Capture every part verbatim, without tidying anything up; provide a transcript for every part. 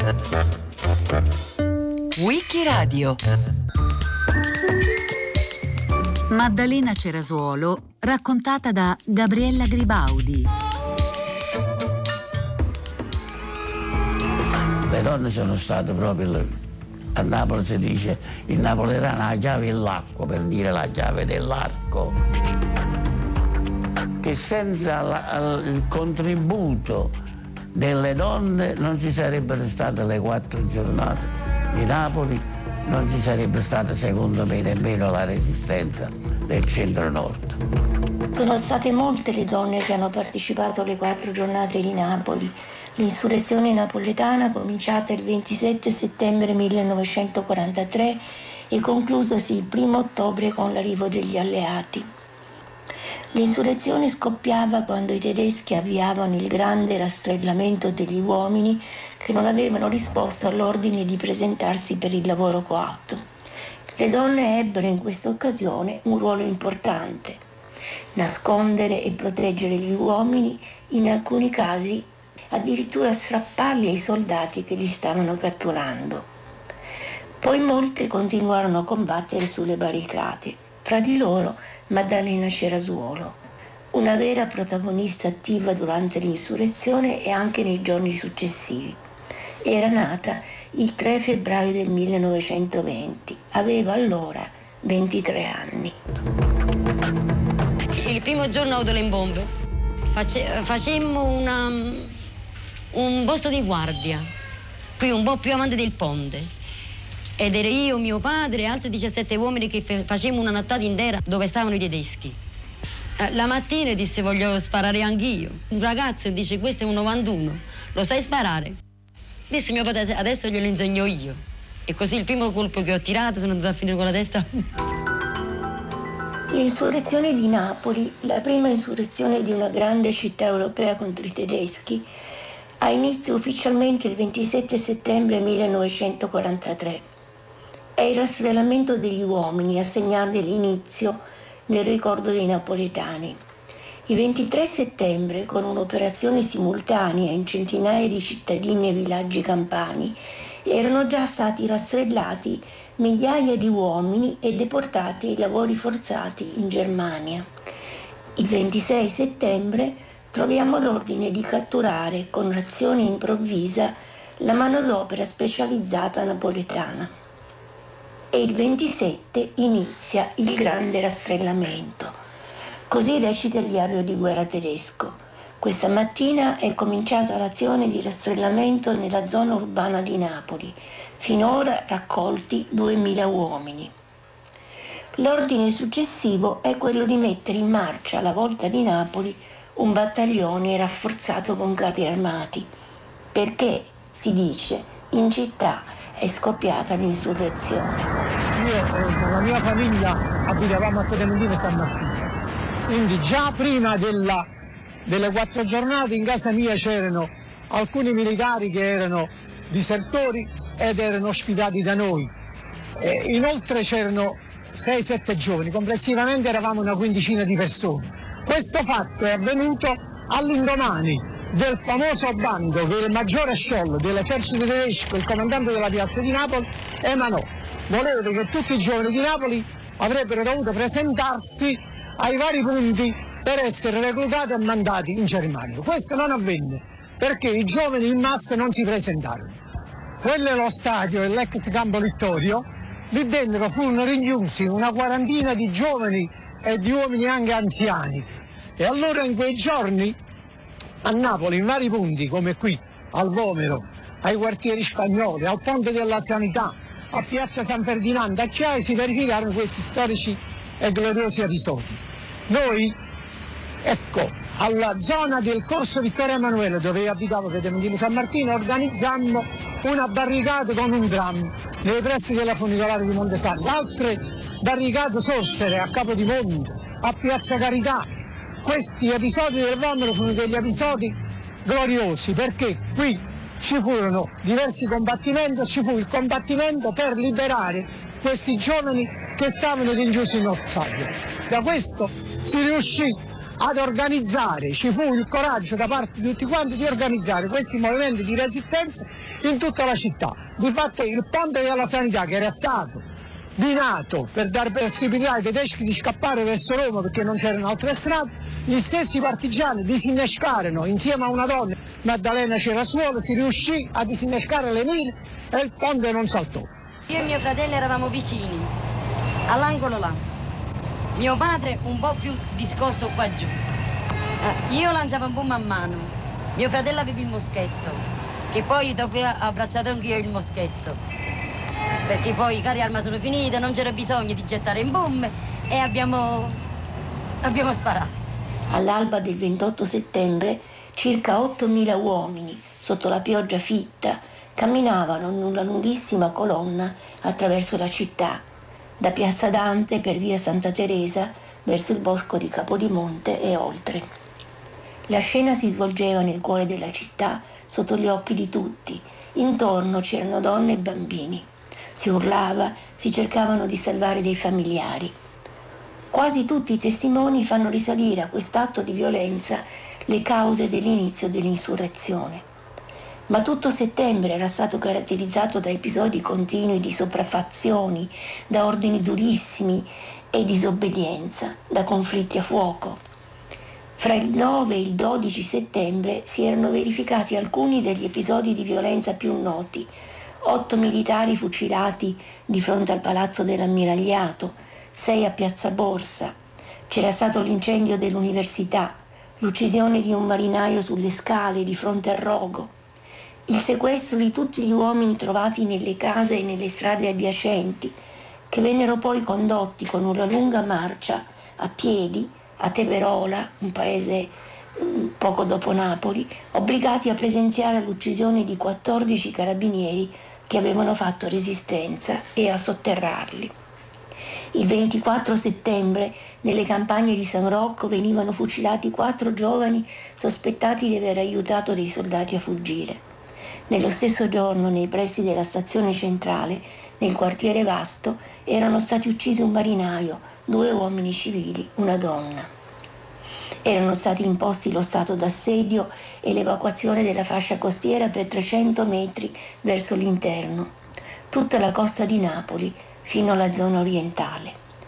Wikiradio. Maddalena Cerasuolo, raccontata da Gabriella Gribaudi. Le donne sono state proprio le... A Napoli si dice il napoletano la chiave dell'acqua, per dire la chiave dell'arco, che senza la, il contributo delle donne non ci sarebbero state le quattro giornate di Napoli, non ci sarebbe stata secondo me nemmeno la resistenza del centro-nord. Sono state molte le donne che hanno partecipato alle quattro giornate di Napoli. L'insurrezione napoletana, cominciata il ventisette settembre millenovecentoquarantatré e conclusasi il primo ottobre con l'arrivo degli alleati. L'insurrezione scoppiava quando i tedeschi avviavano il grande rastrellamento degli uomini che non avevano risposto all'ordine di presentarsi per il lavoro coatto. Le donne ebbero in questa occasione un ruolo importante: nascondere e proteggere gli uomini, in alcuni casi addirittura strapparli ai soldati che li stavano catturando. Poi molte continuarono a combattere sulle barricate, tra di loro Maddalena Cerasuolo, una vera protagonista attiva durante l'insurrezione e anche nei giorni successivi. Era nata il tre febbraio del millenovecentoventi, aveva allora ventitré anni. Il primo giorno delle bombe face, facemmo una, un posto di guardia, qui un po' più avanti del ponte. Ed era io, mio padre e altri diciassette uomini che facemmo una nottata intera dove stavano i tedeschi. La mattina disse: voglio sparare anch'io. Un ragazzo dice: questo è un novantuno, lo sai sparare? Disse mio padre: adesso glielo insegno io. E così il primo colpo che ho tirato sono andata a finire con la testa. L'insurrezione di Napoli, la prima insurrezione di una grande città europea contro i tedeschi, ha inizio ufficialmente il ventisette settembre millenovecentoquarantatré. È il rastrellamento degli uomini a segnare l'inizio nel ricordo dei napoletani. Il ventitré settembre, con un'operazione simultanea in centinaia di cittadini e villaggi campani, erano già stati rastrellati migliaia di uomini e deportati ai lavori forzati in Germania. Il ventisei settembre troviamo l'ordine di catturare con azione improvvisa la manodopera specializzata napoletana. E il ventisette inizia il grande rastrellamento. Così recita il diario di guerra tedesco. Questa mattina è cominciata l'azione di rastrellamento nella zona urbana di Napoli. Finora raccolti duemila uomini. L'ordine successivo è quello di mettere in marcia alla volta di Napoli un battaglione rafforzato con carri armati, perché, si dice, in città è scoppiata l'insurrezione. Io e con la mia famiglia abitavamo a Pedemontino San Martino, quindi già prima della, delle quattro giornate in casa mia c'erano alcuni militari che erano disertori ed erano ospitati da noi. E inoltre c'erano sei sette giovani, complessivamente eravamo una quindicina di persone. Questo fatto è avvenuto all'indomani del famoso bando che il maggiore Scholl dell'esercito tedesco, il comandante della piazza di Napoli, emanò. Voleva che tutti i giovani di Napoli avrebbero dovuto presentarsi ai vari punti per essere reclutati e mandati in Germania. Questo non avvenne perché i giovani in massa non si presentarono. Quello è lo stadio e l'ex campo Littorio. Lì dentro furono rinchiusi una quarantina di giovani e di uomini anche anziani. E allora in quei giorni a Napoli, in vari punti, come qui, al Vomero, ai quartieri spagnoli, al Ponte della Sanità, a Piazza San Ferdinando, a Chiaia, si verificarono questi storici e gloriosi episodi. Noi, ecco, alla zona del Corso Vittorio Emanuele, dove io abitavo, Pedemontino San Martino, organizzammo una barricata con un tram nei pressi della funicolare di Montesano. Altre barricate sorsero a Capodimonte, a Piazza Carità. Questi episodi del Vomero furono degli episodi gloriosi perché qui ci furono diversi combattimenti, ci fu il combattimento per liberare questi giovani che stavano rinchiusi in ossaggio. Da questo si riuscì ad organizzare, ci fu il coraggio da parte di tutti quanti di organizzare questi movimenti di resistenza in tutta la città. Di fatto il ponte della sanità, che era stato binato per dare possibilità ai tedeschi di scappare verso Roma perché non c'erano altre strade, gli stessi partigiani disinnescarono insieme a una donna, Maddalena Cerasuolo, si riuscì a disinnescare le mine e il ponte non saltò. Io e mio fratello eravamo vicini, all'angolo là. Mio padre un po' più discosto qua giù. Eh, io lanciavo un bomba a mano, mio fratello aveva il moschetto, che poi dopo ho abbracciato anch'io il moschetto, perché poi i carri arma sono finite, non c'era bisogno di gettare in bombe e abbiamo, abbiamo sparato. All'alba del ventotto settembre circa ottomila uomini, sotto la pioggia fitta, camminavano in una lunghissima colonna attraverso la città, da Piazza Dante per via Santa Teresa verso il bosco di Capodimonte e oltre. La scena si svolgeva nel cuore della città, sotto gli occhi di tutti. Intorno c'erano donne e bambini. Si urlava, si cercavano di salvare dei familiari. Quasi tutti i testimoni fanno risalire a quest'atto di violenza le cause dell'inizio dell'insurrezione. Ma tutto settembre era stato caratterizzato da episodi continui di sopraffazioni, da ordini durissimi e disobbedienza, da conflitti a fuoco. Fra il nove e il dodici settembre si erano verificati alcuni degli episodi di violenza più noti: otto militari fucilati di fronte al Palazzo dell'Ammiragliato, sei a Piazza Borsa, c'era stato l'incendio dell'università, l'uccisione di un marinaio sulle scale di fronte al rogo, il sequestro di tutti gli uomini trovati nelle case e nelle strade adiacenti, che vennero poi condotti con una lunga marcia a piedi a Teverola, un paese poco dopo Napoli, obbligati a presenziare all'uccisione di quattordici carabinieri che avevano fatto resistenza e a sotterrarli. Il ventiquattro settembre nelle campagne di San Rocco venivano fucilati quattro giovani sospettati di aver aiutato dei soldati a fuggire. Nello stesso giorno, nei pressi della stazione centrale, nel quartiere Vasto, erano stati uccisi un marinaio, due uomini civili, una donna. Erano stati imposti lo stato d'assedio e l'evacuazione della fascia costiera per trecento metri verso l'interno, tutta la costa di Napoli fino alla zona orientale.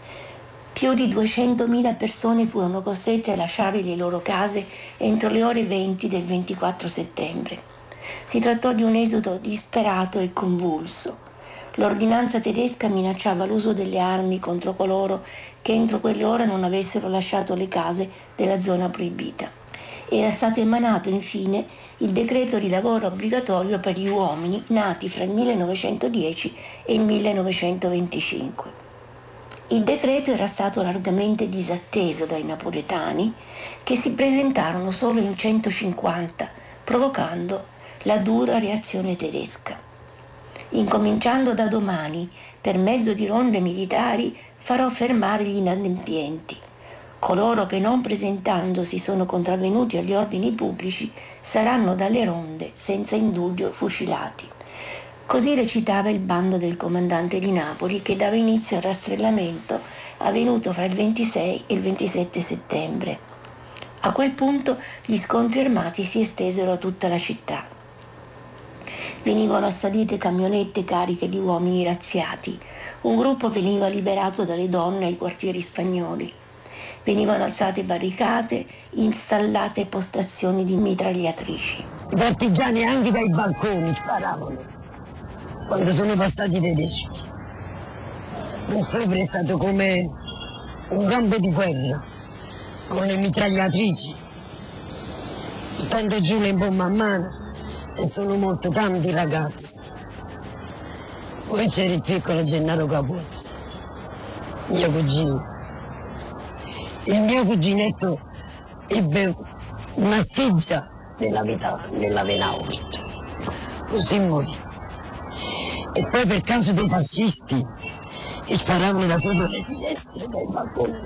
Più di duecentomila persone furono costrette a lasciare le loro case entro le ore venti del ventiquattro settembre. Si trattò di un esodo disperato e convulso. L'ordinanza tedesca minacciava l'uso delle armi contro coloro che entro quelle ore non avessero lasciato le case della zona proibita. Era stato emanato infine il decreto di lavoro obbligatorio per gli uomini nati fra il millenovecentodieci e il millenovecentoventicinque. Il decreto era stato largamente disatteso dai napoletani, che si presentarono solo in centocinquanta, provocando la dura reazione tedesca. Incominciando da domani, per mezzo di ronde militari, farò fermare gli inadempienti. Coloro che non presentandosi sono contravvenuti agli ordini pubblici saranno dalle ronde senza indugio fucilati. Così recitava il bando del comandante di Napoli, che dava inizio al rastrellamento avvenuto fra il ventisei e il ventisette settembre. A quel punto gli scontri armati si estesero a tutta la città. Venivano assalite camionette cariche di uomini razziati. Un gruppo veniva liberato dalle donne ai quartieri spagnoli. Venivano alzate barricate, installate postazioni di mitragliatrici. I partigiani anche dai balconi sparavano quando sono passati i tedeschi. Non sempre è stato come un campo di guerra, con le mitragliatrici, buttando giù le bombe a mano. E sono molto tanti ragazzi. Poi c'era il piccolo Gennaro Capuzzi, mio cugino. Il mio cuginetto ebbe una scheggia nella, vita, nella vena aorta, così morì. E poi per causa dei fascisti che sparavano da sopra le finestre, dai balconi,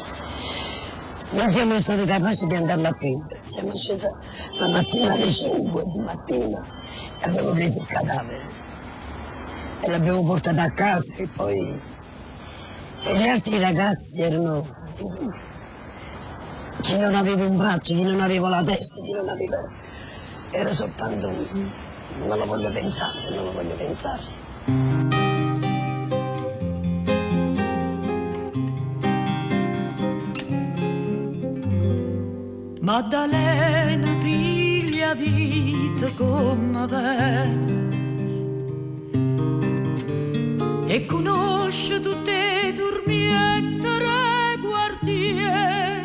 non siamo stati capaci di andarla a prendere. Siamo scesi la mattina alle cinque di mattina e abbiamo preso il cadavere e l'abbiamo portato a casa. E poi e gli altri ragazzi erano chi non aveva un braccio, chi non aveva la testa, chi non aveva... Era soltanto un... non lo voglio pensare, non lo voglio pensare. Maddalena piglia vita come viene e conosce tutte le dormienti guardiere,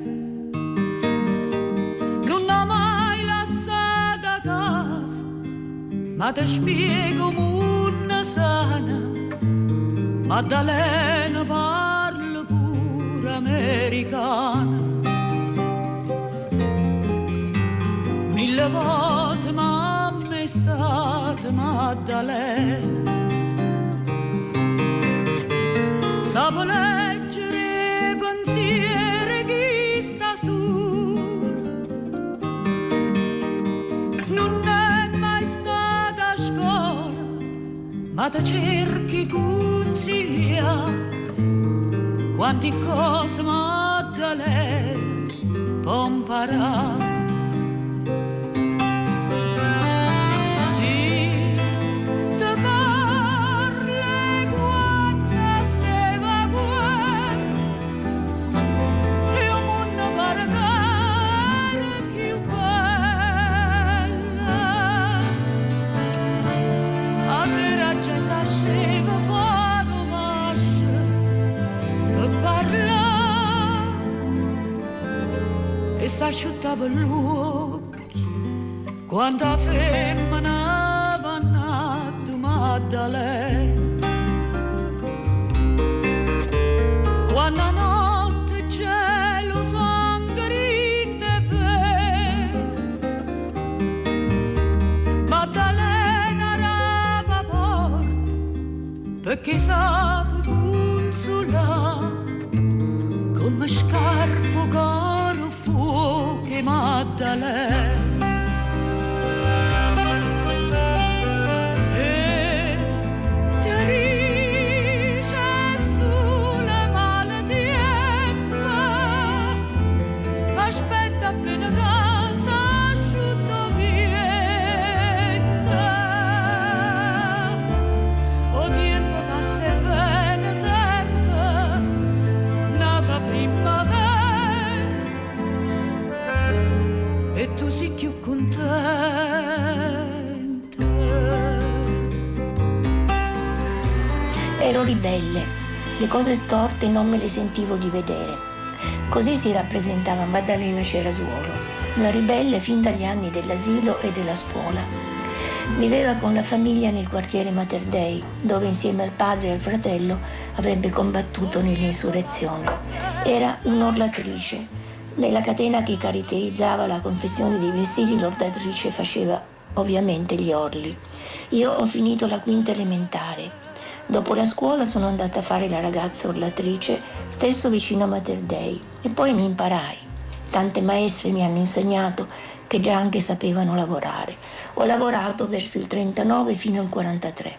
non ha mai lasciato a casa, ma ti spiego una sana. Maddalena parla pure americana, mille volte mamma è stata Maddalena. Sapo leggere pensieri chi sta su, non è mai stata a scuola, ma ti cerchi consigliare quanti cose Maddalena può imparare. E s'asciuttava gli occhi quando la femmina va nato Maddalena, quando la notte c'è lo sangue in te vene. Maddalena rapa porta perché sape consolare come scarfo caro fuoco Maddalena. E ti dice sulle male tempo, aspetta appena casa asciutto vienta, o tempo passa e viene sempre, nata primavera e tu sei più contenta. Ero ribelle, le cose storte non me le sentivo di vedere. Così si rappresentava Maddalena Cerasuolo, una ribelle fin dagli anni dell'asilo e della scuola. Viveva con la famiglia nel quartiere Mater Dei, dove insieme al padre e al fratello avrebbe combattuto nell'insurrezione. Era un'orlatrice. Nella catena che caratterizzava la confezione dei vestiti l'ordatrice faceva ovviamente gli orli. Io ho finito la quinta elementare. Dopo la scuola sono andata a fare la ragazza orlatrice, stesso vicino a Mater Dei, e poi mi imparai. Tante maestre mi hanno insegnato che già anche sapevano lavorare. Ho lavorato verso il trentanove fino al quarantatré.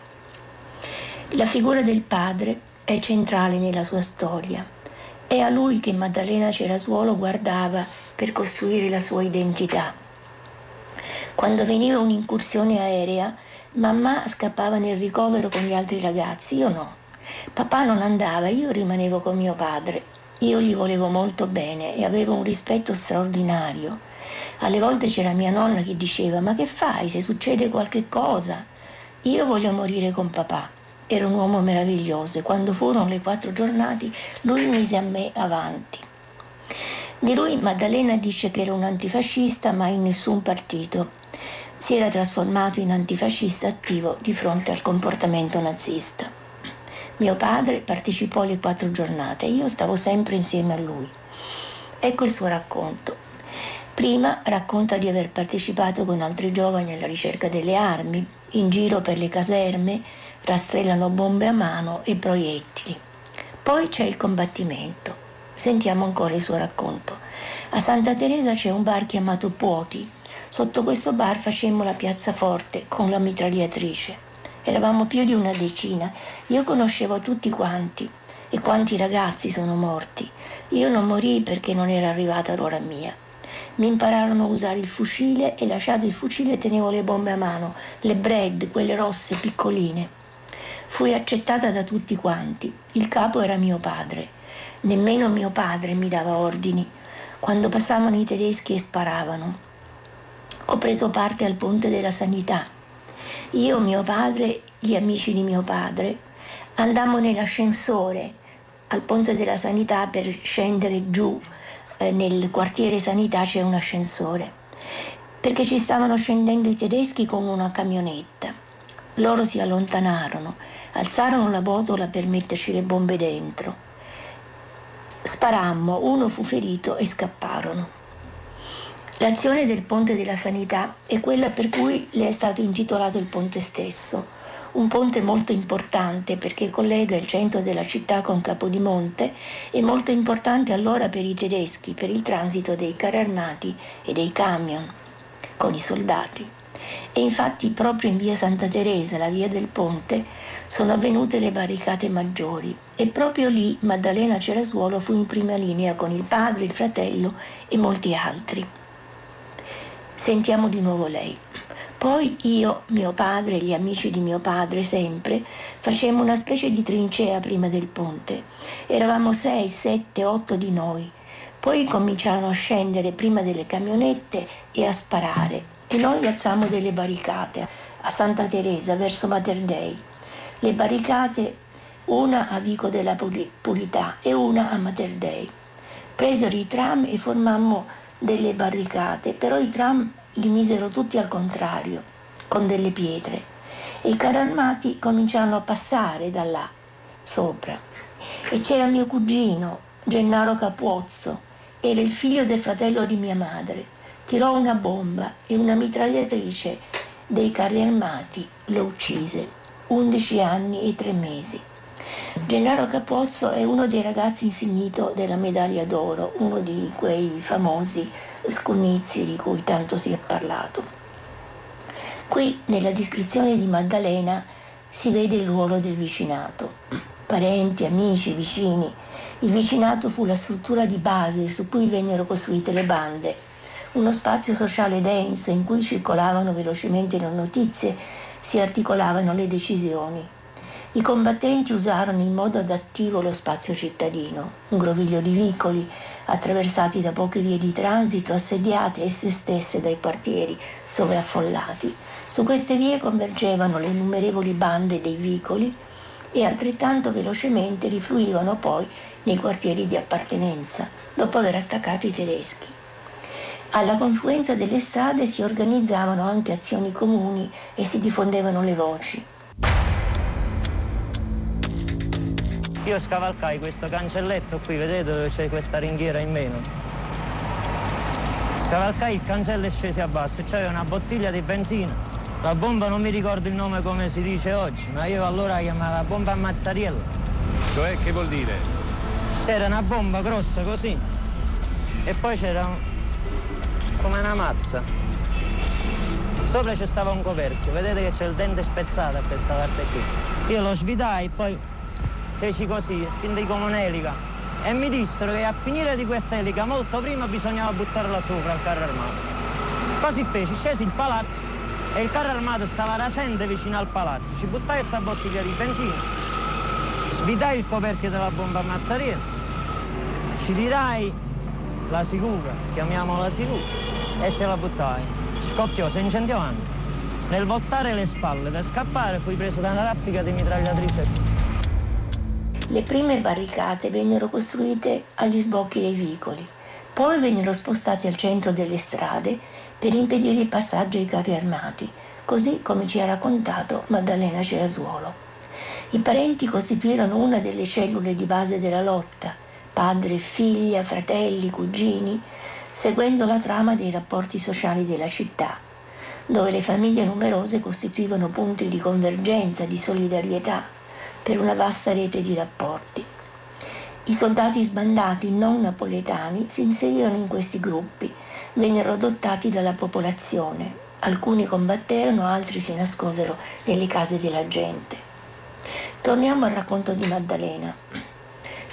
La figura del padre è centrale nella sua storia. È a lui che Maddalena Cerasuolo guardava per costruire la sua identità. Quando veniva un'incursione aerea, mamma scappava nel ricovero con gli altri ragazzi, io no. Papà non andava, io rimanevo con mio padre. Io gli volevo molto bene e avevo un rispetto straordinario. Alle volte c'era mia nonna che diceva: ma che fai se succede qualche cosa? Io voglio morire con papà. Era un uomo meraviglioso e quando furono le quattro giornate lui mise a me avanti. Di lui Maddalena dice che era un antifascista ma in nessun partito. Si era trasformato in antifascista attivo di fronte al comportamento nazista. Mio padre partecipò alle quattro giornate e io stavo sempre insieme a lui. Ecco il suo racconto. Prima racconta di aver partecipato con altri giovani alla ricerca delle armi, in giro per le caserme, rastrellano bombe a mano e proiettili. Poi c'è il combattimento. Sentiamo ancora il suo racconto. A Santa Teresa c'è un bar chiamato Puoti. Sotto questo bar facemmo la piazzaforte con la mitragliatrice. Eravamo più di una decina. Io conoscevo tutti quanti. E quanti ragazzi sono morti. Io non morii perché non era arrivata l'ora mia. Mi impararono a usare il fucile e lasciato il fucile tenevo le bombe a mano, le Brad, quelle rosse piccoline. Fui accettata da tutti quanti. Il capo era mio padre. Nemmeno mio padre mi dava ordini quando passavano i tedeschi e sparavano. Ho preso parte al Ponte della Sanità. Io, mio padre, gli amici di mio padre, andammo nell'ascensore al Ponte della Sanità per scendere giù. Eh, nel quartiere Sanità c'è un ascensore, perché ci stavano scendendo i tedeschi con una camionetta. Loro si allontanarono, alzarono la botola per metterci le bombe dentro. Sparammo, uno fu ferito e scapparono. L'azione del Ponte della Sanità è quella per cui le è stato intitolato il ponte stesso. Un ponte molto importante perché collega il centro della città con Capodimonte e molto importante allora per i tedeschi, per il transito dei carri armati e dei camion con i soldati. E infatti proprio in via Santa Teresa, la via del Ponte, sono avvenute le barricate maggiori e proprio lì Maddalena Cerasuolo fu in prima linea con il padre, il fratello e molti altri. Sentiamo di nuovo lei. Poi io, mio padre e gli amici di mio padre sempre facemmo una specie di trincea prima del ponte. Eravamo sei, sette, otto di noi. Poi cominciarono a scendere prima delle camionette e a sparare e noi alzammo delle barricate a Santa Teresa verso Mater Dei. Le barricate, una a Vico della Purità e una a Mater Dei. Presero i tram e formammo delle barricate, però i tram li misero tutti al contrario, con delle pietre, e i carri armati cominciarono a passare da là, sopra. E c'era mio cugino, Gennaro Capuozzo, era il figlio del fratello di mia madre. Tirò una bomba e una mitragliatrice dei carri armati lo uccise, undici anni e tre mesi. Gennaro Capuozzo è uno dei ragazzi insignito della medaglia d'oro, uno di quei famosi scunnizi di cui tanto si è parlato. Qui nella descrizione di Maddalena si vede il ruolo del vicinato. Parenti, amici, vicini. Il vicinato fu la struttura di base su cui vennero costruite le bande, uno spazio sociale denso in cui circolavano velocemente le notizie, si articolavano le decisioni. I combattenti usarono in modo adattivo lo spazio cittadino, un groviglio di vicoli attraversati da poche vie di transito, assediate esse stesse dai quartieri sovraffollati. Su queste vie convergevano le innumerevoli bande dei vicoli e altrettanto velocemente rifluivano poi nei quartieri di appartenenza, dopo aver attaccato i tedeschi. Alla confluenza delle strade si organizzavano anche azioni comuni e si diffondevano le voci. Io scavalcai questo cancelletto qui, vedete dove c'è questa ringhiera in meno? Scavalcai il cancello e scesi a basso e c'aveva una bottiglia di benzina. La bomba non mi ricordo il nome come si dice oggi, ma io allora la chiamavo bomba a mazzariella. Cioè, che vuol dire? C'era una bomba grossa così e poi c'era un... come una mazza. Sopra c'è stava un coperchio, vedete che c'è il dente spezzato a questa parte qui. Io lo svidai, poi feci così, sindaco con un'elica, e mi dissero che a finire di questa elica molto prima bisognava buttarla sopra al carro armato. Così feci, scesi il palazzo e il carro armato stava rasente vicino al palazzo. Ci buttai questa bottiglia di benzina, svidai il coperchio della bomba a mazzariella, ci tirai la sicura, chiamiamola sicura, e ce la buttai. Scoppiò, si incendiò anche. Nel voltare le spalle per scappare fui preso da una raffica di mitragliatrice. Le prime barricate vennero costruite agli sbocchi dei vicoli, poi vennero spostate al centro delle strade per impedire il passaggio ai carri armati, così come ci ha raccontato Maddalena Cerasuolo. I parenti costituirono una delle cellule di base della lotta, padre, figlia, fratelli, cugini, seguendo la trama dei rapporti sociali della città, dove le famiglie numerose costituivano punti di convergenza, di solidarietà, per una vasta rete di rapporti. I soldati sbandati non napoletani si inserirono in questi gruppi, vennero adottati dalla popolazione. Alcuni combatterono, altri si nascosero nelle case della gente. Torniamo al racconto di Maddalena.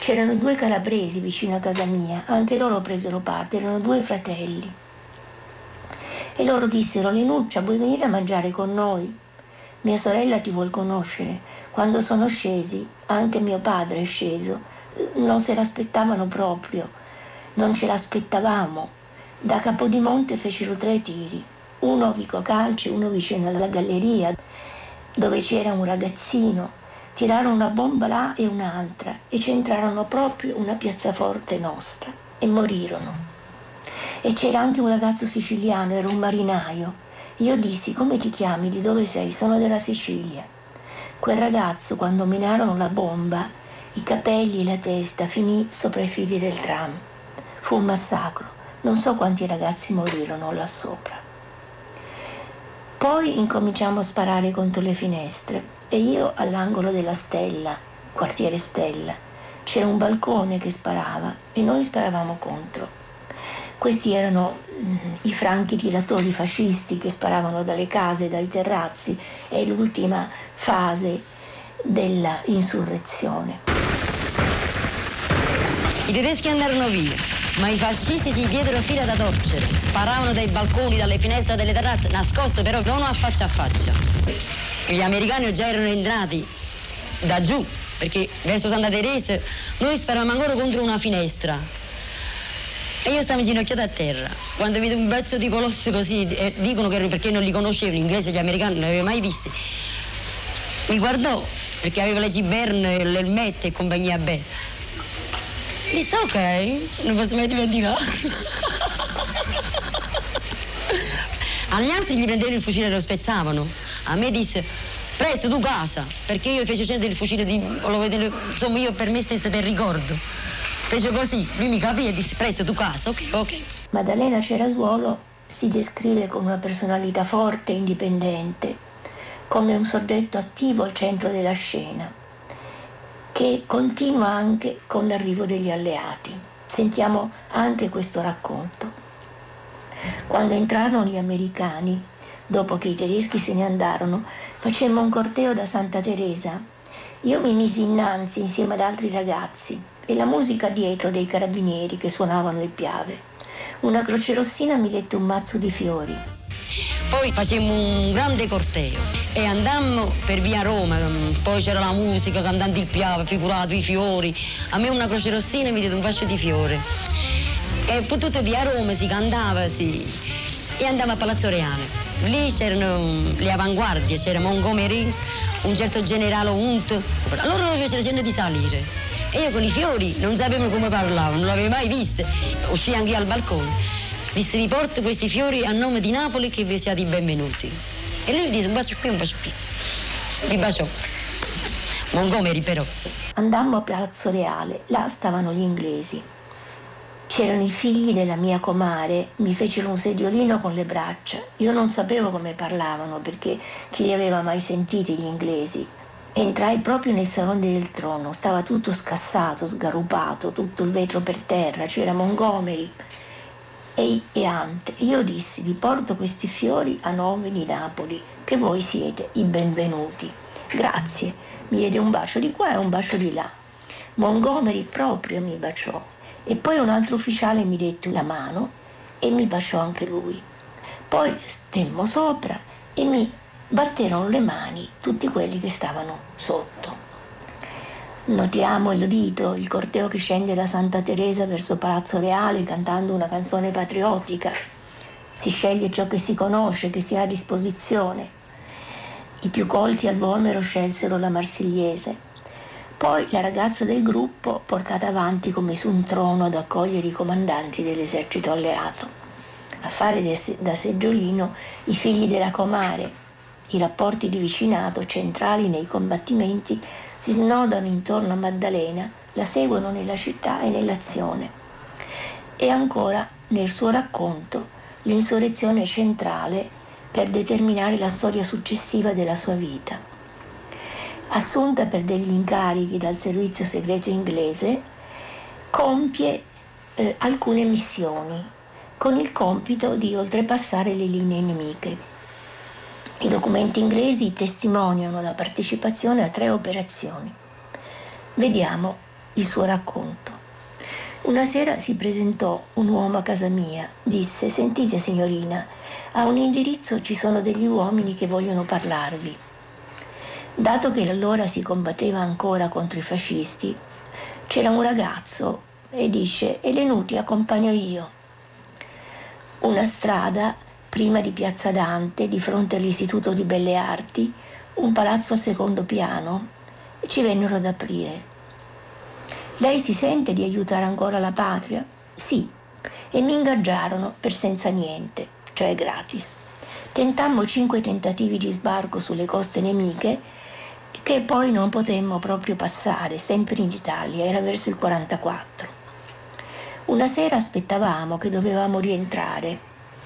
C'erano due calabresi vicino a casa mia, anche loro presero parte, erano due fratelli. E loro dissero: Lenuccia, vuoi venire a mangiare con noi? Mia sorella ti vuol conoscere. Quando sono scesi, anche mio padre è sceso. Non se l'aspettavano proprio, non ce l'aspettavamo. Da Capodimonte fecero tre tiri, uno a Vico Calci, uno vicino alla galleria, dove c'era un ragazzino. Tirarono una bomba là e un'altra e centrarono proprio una piazzaforte nostra e morirono. E c'era anche un ragazzo siciliano, era un marinaio. Io dissi: come ti chiami, di dove sei? Sono della Sicilia. Quel ragazzo, quando minarono la bomba, i capelli e la testa finì sopra i fili del tram. Fu un massacro, non so quanti ragazzi morirono là sopra. Poi incominciamo a sparare contro le finestre e io all'angolo della Stella, quartiere Stella, c'era un balcone che sparava e noi sparavamo contro. Questi erano mm, i franchi tiratori fascisti che sparavano dalle case, dai terrazzi, è l'ultima fase della insurrezione. I tedeschi andarono via, ma i fascisti si diedero fila da torcere, sparavano dai balconi, dalle finestre, dalle terrazze, nascoste però non a faccia a faccia. Gli americani già erano entrati da giù, perché verso Santa Teresa noi sparavamo ancora contro una finestra. E io stavo inginocchiata a terra. Quando vedo un pezzo di colosso così, eh, dicono che perché non li conoscevo, in inglese gli americani non li avevo mai visti. Mi guardò, perché aveva le giberne, l'elmette e compagnia bella. Disse: ok, non posso mai dimenticare. Agli altri gli prendevano il fucile e lo spezzavano. A me disse: presto tu casa, perché io feci scendere il fucile di. Lo vedevo, insomma, io per me stessa per ricordo. Fece così, lui mi capì e disse: presto tu casa, ok, ok. Maddalena Cerasuolo si descrive come una personalità forte e indipendente, come un soggetto attivo al centro della scena, che continua anche con l'arrivo degli alleati. Sentiamo anche questo racconto. Quando entrarono gli americani, dopo che i tedeschi se ne andarono, facemmo un corteo da Santa Teresa. Io mi misi innanzi insieme ad altri ragazzi e la musica dietro dei carabinieri che suonavano il piave. Una crocerossina mi dette un mazzo di fiori. Poi facemmo un grande corteo e andammo per via Roma, poi c'era la musica, cantando il piave, figurato, i fiori. A me una crocerossina mi diede un fascio di fiore. E poi tutta via Roma si cantava, sì. E andammo a Palazzo Reale. Lì c'erano le avanguardie, c'era Montgomery, un certo generale Hunt. Allora loro facevano di salire. E io con i fiori non sapevo come parlavano, non l'avevo mai viste. Uscii anche io al balcone. Disse: vi porto questi fiori a nome di Napoli, che vi siate i benvenuti. E lui disse: un bacio qui, un bacio qui. Vi baciò. Montgomery però. Andammo a Palazzo Reale, là stavano gli inglesi. C'erano i figli della mia comare, mi fecero un sediolino con le braccia. Io non sapevo come parlavano, perché chi li aveva mai sentiti gli inglesi. Entrai proprio nel salone del trono, stava tutto scassato, sgarupato, tutto il vetro per terra, c'era Montgomery e, e Hunt. Io dissi: vi porto questi fiori a nome di Napoli, che voi siete i benvenuti. Grazie. Mi diede un bacio di qua e un bacio di là. Montgomery proprio mi baciò. E poi un altro ufficiale mi dette la mano e mi baciò anche lui. Poi stemmo sopra e mi batterono le mani tutti quelli che stavano sotto. Notiamo il rito, il corteo che scende da Santa Teresa verso Palazzo Reale cantando una canzone patriottica. Si sceglie ciò che si conosce, che si ha a disposizione. I più colti al Vomero scelsero la Marsigliese. Poi la ragazza del gruppo portata avanti come su un trono ad accogliere i comandanti dell'esercito alleato. A fare da seggiolino i figli della comare. I rapporti di vicinato centrali nei combattimenti si snodano intorno a Maddalena, la seguono nella città e nell'azione. E ancora nel suo racconto l'insurrezione centrale per determinare la storia successiva della sua vita. Assunta per degli incarichi dal servizio segreto inglese, compie eh, alcune missioni con il compito di oltrepassare le linee nemiche. I documenti inglesi testimoniano la partecipazione a tre operazioni. Vediamo il suo racconto. Una sera si presentò un uomo a casa mia, disse: sentite signorina, a un indirizzo ci sono degli uomini che vogliono parlarvi. Dato che allora si combatteva ancora contro i fascisti, c'era un ragazzo e dice: Elenu, ti accompagno io. Una strada prima di Piazza Dante, di fronte all'Istituto di Belle Arti, un palazzo al secondo piano, e ci vennero ad aprire. Lei si sente di aiutare ancora la patria? Sì, e mi ingaggiarono per senza niente, cioè gratis. Tentammo cinque tentativi di sbarco sulle coste nemiche che poi non potemmo proprio passare, sempre in Italia, era verso il quarantaquattro. Una sera aspettavamo che dovevamo rientrare.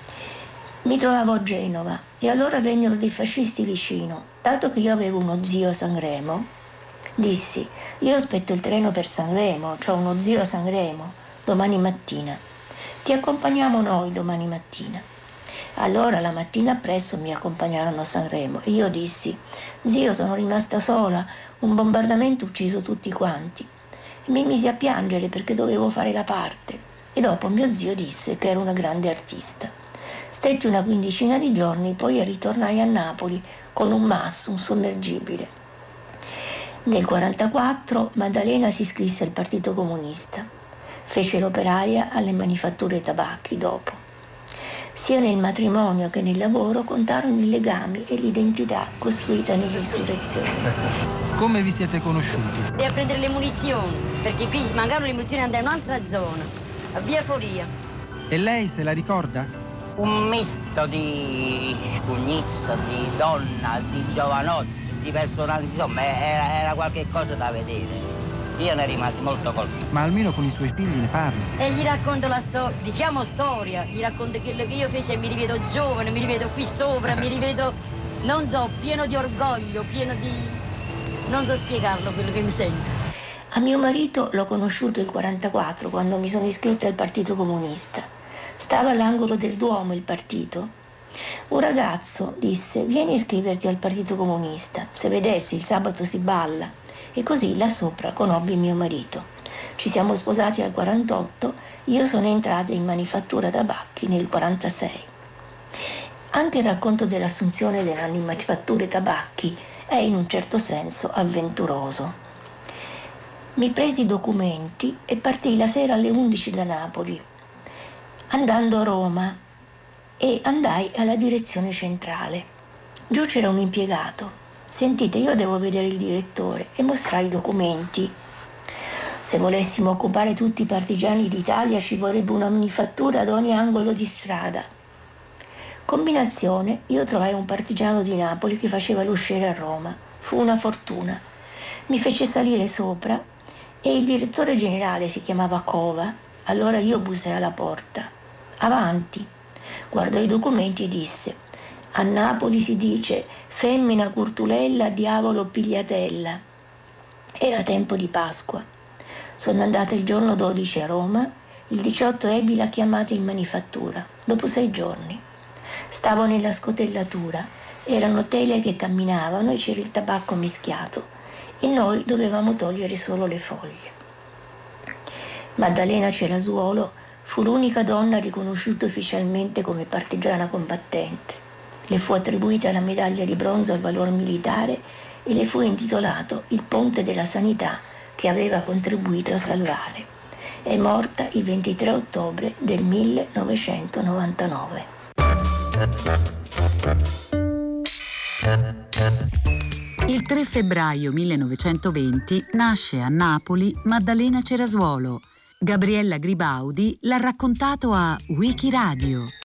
Mi trovavo a Genova e allora vennero dei fascisti vicino. Dato che io avevo uno zio a Sanremo, dissi: io aspetto il treno per Sanremo, ho uno zio a Sanremo, domani mattina. Ti accompagniamo noi domani mattina. Allora la mattina appresso mi accompagnarono a Sanremo e io dissi: zio, sono rimasta sola, un bombardamento ha ucciso tutti quanti. E mi misi a piangere perché dovevo fare la parte e dopo mio zio disse che ero una grande artista. Stetti una quindicina di giorni, poi ritornai a Napoli con un M A S, un sommergibile. Nel quarantaquattro Maddalena si iscrisse al Partito Comunista, fece l'operaia alle manifatture tabacchi dopo. Sia nel matrimonio che nel lavoro contarono i legami e l'identità costruita nell'insurrezione. Come vi siete conosciuti? E a prendere le munizioni, perché qui mancavano le munizioni, andai in un'altra zona, a Via Foria. E lei se la ricorda? Un misto di scugnizza, di donna, di giovanotti, di personaggi, insomma era, era qualche cosa da vedere. Io ne rimasi molto colpito. Ma almeno con i suoi figli ne parli? E gli racconto la storia, diciamo storia, gli racconto quello che io feci e mi rivedo giovane, mi rivedo qui sopra, mi rivedo, non so, pieno di orgoglio, pieno di... non so spiegarlo quello che mi sento. A mio marito l'ho conosciuto nel quarantaquattro, quando mi sono iscritta al Partito Comunista. Stava all'angolo del Duomo il partito. Un ragazzo disse: vieni a iscriverti al Partito Comunista, se vedessi il sabato si balla. E così là sopra conobbi mio marito. Ci siamo sposati al quarantotto, io sono entrata in manifattura tabacchi nel quarantasei. Anche il racconto dell'assunzione delle manifatture tabacchi è in un certo senso avventuroso. Mi presi i documenti e partii la sera alle undici da Napoli, andando a Roma, e andai alla direzione centrale. Giù c'era un impiegato. Sentite, io devo vedere il direttore, e mostrai i documenti. Se volessimo occupare tutti i partigiani d'Italia ci vorrebbe una manifattura ad ogni angolo di strada. Combinazione, io trovai un partigiano di Napoli che faceva l'usciere a Roma. Fu una fortuna. Mi fece salire sopra e il direttore generale si chiamava Cova. Allora io bussai alla porta. Avanti. Guardò i documenti e disse: a Napoli si dice femmina curtulella, diavolo pigliatella. Era tempo di Pasqua. Sono andata il giorno dodici a Roma, il diciotto ebbi la chiamata in manifattura, dopo sei giorni. Stavo nella scotellatura, erano tele che camminavano e c'era il tabacco mischiato e noi dovevamo togliere solo le foglie. Maddalena Cerasuolo fu l'unica donna riconosciuta ufficialmente come partigiana combattente. Le fu attribuita la medaglia di bronzo al valor militare e le fu intitolato il Ponte della Sanità che aveva contribuito a salvare. È morta il ventitré ottobre del millenovecentonovantanove. Il tre febbraio millenovecentoventi nasce a Napoli Maddalena Cerasuolo. Gabriella Gribaudi l'ha raccontato a Wikiradio.